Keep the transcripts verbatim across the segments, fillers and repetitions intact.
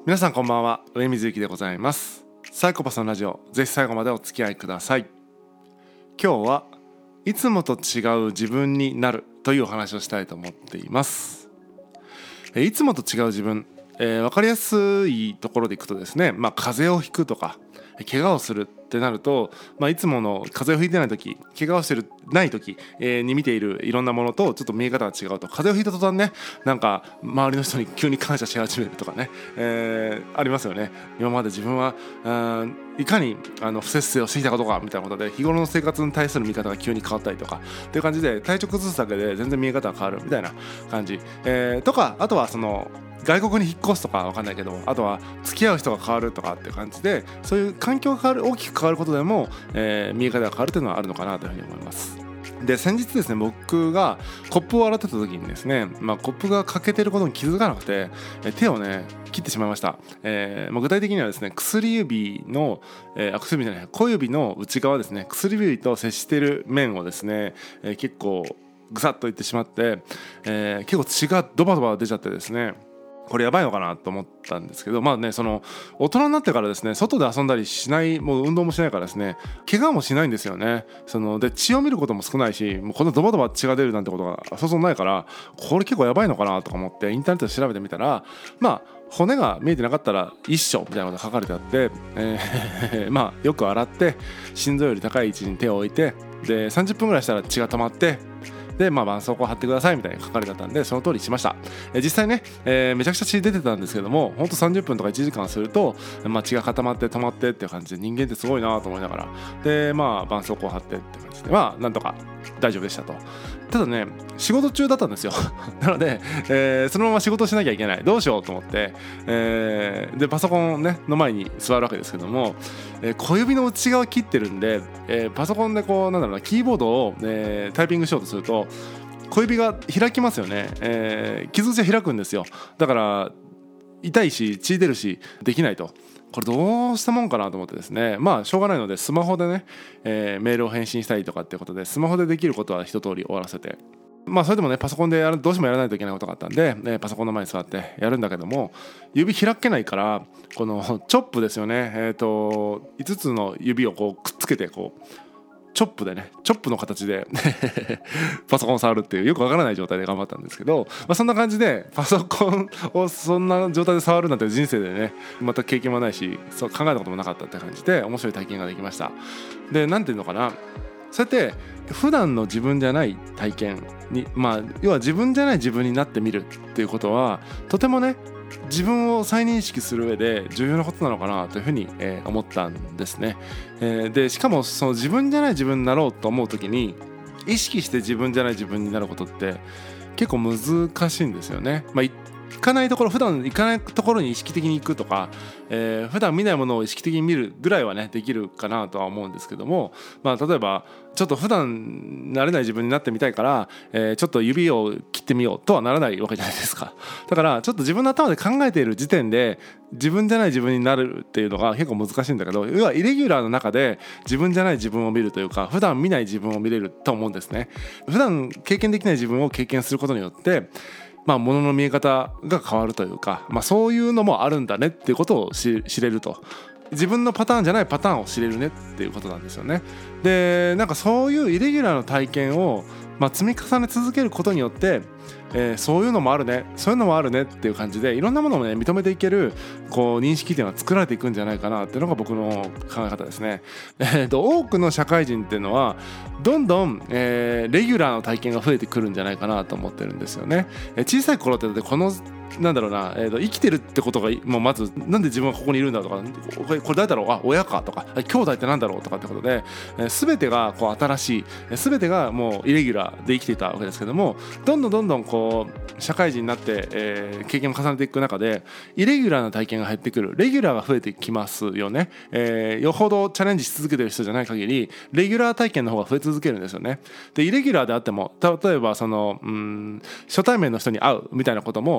皆さんこんばんは、上水幸でございます。サイコパスのラジオ、ぜひ最後までお付き合いください。今日はいつもと違う自分になるというお話をしたいと思っています。いつもと違う自分、えー、分かりやすいところでいくとですね、まあ、風邪をひくとか怪我をするってなると、まあ、いつもの風邪をひいてない時、怪我をしてるない時、えー、に見ているいろんなものとちょっと見え方が違うと、風邪をひいた途端ね、なんか周りの人に急に感謝し始めるとかね、えー、ありますよね。今まで自分はあいかにあの不節制をしてきたことかみたいなことで、日頃の生活に対する見方が急に変わったりとかっていう感じで、体調崩すだけで全然見え方が変わるみたいな感じ、えー、とか、あとはその外国に引っ越すとか分かんないけど、あとは付き合う人が変わるとかっていう感じで、そういう環境が変わる、大きく変わることでも、えー、見え方が変わるというのはあるのかなというふうに思います。で、先日ですね、僕がコップを洗ってた時にですね、まあ、コップが欠けてることに気づかなくて、え手をね切ってしまいました。えーまあ、具体的にはですね、薬指の、えー、あ薬指じゃない小指の内側ですね、薬指と接している面をですね、えー、結構ぐさっといってしまって、えー、結構血がドバドバ出ちゃってですね、これやばいのかなと思ったんですけど、まあね、その大人になってからですね、外で遊んだりしない、もう運動もしないからですね、怪我もしないんですよね。そので血を見ることも少ないし、もうこんなドバドバ血が出るなんてことがそうそうないから、これ結構やばいのかなとか思ってインターネットで調べてみたら、まあ骨が見えてなかったら一緒みたいなことが書かれてあって、えー、まあよく洗って心臓より高い位置に手を置いて、でさんじゅっぷんぐらいしたら血が止まって、でまあ絆創膏を貼ってくださいみたいに書かれてあったんで、その通りしました。え実際ね、えー、めちゃくちゃ血出てたんですけども、ほんとさんじゅっぷんとかいちじかんすると、まあ、血が固まって止まってっていう感じで、人間ってすごいなと思いながら、でまあ絆創膏を貼ってって感じで、まあなんとか大丈夫でしたと。ただね、仕事中だったんですよなので、えー、そのまま仕事しなきゃいけない、どうしようと思って、えー、でパソコン、ね、の前に座るわけですけども、えー、小指の内側切ってるんで、えー、パソコンでこうなんだろうな、キーボードを、えー、タイピングしようとすると小指が開きますよね、えー、傷口が開くんですよ。だから痛いし血出るしできないと。これどうしたもんかなと思ってですね、まあしょうがないのでスマホでね、えー、メールを返信したりとかっていうことで、スマホでできることは一通り終わらせて、まあそれでもねパソコンでやるどうしてもやらないといけないことがあったんで、ね、パソコンの前に座ってやるんだけども、指開けないから、このチョップですよね、えーといつつの指をこうくっつけて、こうチョップでね、チョップの形でパソコンを触るっていうよくわからない状態で頑張ったんですけど、まあ、そんな感じでパソコンをそんな状態で触るなんて人生でねまた経験もないし、そう考えたこともなかったって感じで、面白い体験ができました。で、なんていうのかな、そうやって普段の自分じゃない体験に、まあ要は自分じゃない自分になってみるっていうことは、とてもね自分を再認識する上で重要なことなのかなというふうに、えー、思ったんですね。えー、でしかもその自分じゃない自分になろうと思うときに、意識して自分じゃない自分になることって結構難しいんですよね。まあ行かないところ、普段行かないところに意識的に行くとか、えー、普段見ないものを意識的に見るぐらいはねできるかなとは思うんですけども、まあ例えばちょっと普段慣れない自分になってみたいから、えー、ちょっと指を切ってみようとはならないわけじゃないですか。だからちょっと自分の頭で考えている時点で自分じゃない自分になるっていうのが結構難しいんだけど、要はイレギュラーの中で自分じゃない自分を見るというか、普段見ない自分を見れると思うんですね。普段経験できない自分を経験することによって、まあ、物の見え方が変わるというか、まあ、そういうのもあるんだねっていうことを知れると、自分のパターンじゃないパターンを知れるねっていうことなんですよね。で、なんかそういうイレギュラーの体験を、まあ、積み重ね続けることによって、えー、そういうのもあるね、そういうのもあるねっていう感じで、いろんなものをね認めていけるこう認識点が作られていくんじゃないかなっていうのが僕の考え方ですね。えー、と多くの社会人っていうのはどんどん、えー、レギュラーの体験が増えてくるんじゃないかなと思ってるんですよね。えー、小さい頃ってこのなんだろうな、えー、と生きてるってことがもうまず、なんで自分はここにいるんだとか、これ誰だろう、あ親かとか、兄弟ってなんだろうとかってことで、えー、全てがこう新しい、全てがもうイレギュラーで生きていたわけですけども、どんどんどんどんこう社会人になって、えー、経験を重ねていく中でイレギュラーな体験が減ってくる、レギュラーが増えてきますよね。えー、よほどチャレンジし続けてる人じゃない限りレギュラー体験の方が増え続けるんですよね。でイレギュラーであっても、例えばそのうーん初対面の人に会うみたいなことも、そ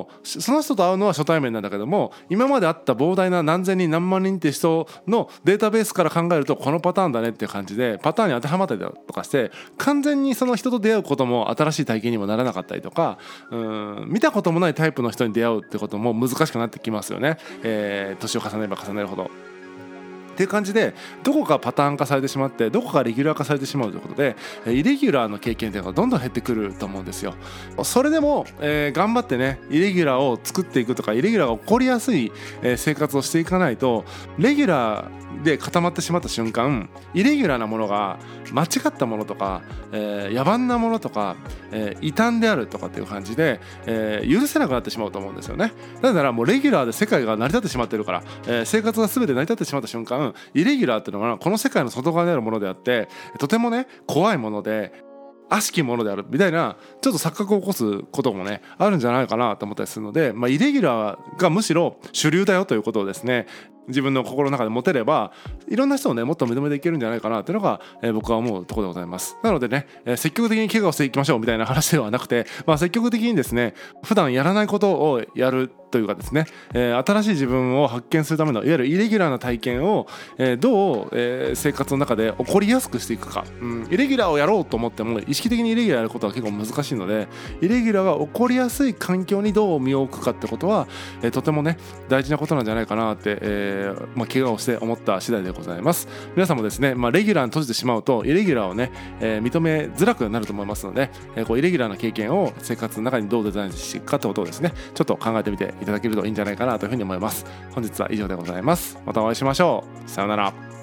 その人と会うのは初対面なんだけども、今まであった膨大な何千人何万人って人のデータベースから考えるとこのパターンだねっていう感じでパターンに当てはまったりだとかして、完全にその人と出会うことも新しい体験にもならなかったりとか、うーん見たこともないタイプの人に出会うってことも難しくなってきますよね、えー、年を重ねれば重ねるほどっていう感じで、どこかパターン化されてしまってどこかレギュラー化されてしまうということで、イレギュラーの経験というのがどんどん減ってくると思うんですよ。それでも、えー、頑張ってねイレギュラーを作っていくとか、イレギュラーが起こりやすい、えー、生活をしていかないと、レギュラーで固まってしまった瞬間、イレギュラーなものが間違ったものとか、えー、野蛮なものとか、えー、異端であるとかっていう感じで、えー、許せなくなってしまうと思うんですよね。だからもうレギュラーで世界が成り立ってしまってるから、えー、生活が全て成り立ってしまった瞬間、イレギュラーっていうのはこの世界の外側にあるものであって、とてもね怖いもので悪しきものであるみたいな、ちょっと錯覚を起こすこともねあるんじゃないかなと思ったりするので、まあ、イレギュラーがむしろ主流だよということをですね、自分の心の中で持てれば、いろんな人をねもっと認めていけるんじゃないかなっていうのが、えー、僕は思うところでございます。なのでね、えー、積極的に怪我をしていきましょうみたいな話ではなくて、まあ、積極的にですね普段やらないことをやるというかですね、えー、新しい自分を発見するためのいわゆるイレギュラーな体験を、えー、どう、えー、生活の中で起こりやすくしていくか、うん、イレギュラーをやろうと思っても意識的にイレギュラーやることは結構難しいので、イレギュラーが起こりやすい環境にどう身を置くかってことは、えー、とてもね大事なことなんじゃないかなって、えーまあ、怪我をして思った次第でございます。皆さんもですね、まあ、レギュラーに閉じてしまうとイレギュラーをね、えー、認めづらくなると思いますので、えー、こうイレギュラーな経験を生活の中にどうデザインしていくかってことをですねちょっと考えてみていただけるといいんじゃないかなというふうに思います。本日は以上でございます。またお会いしましょう。さようなら。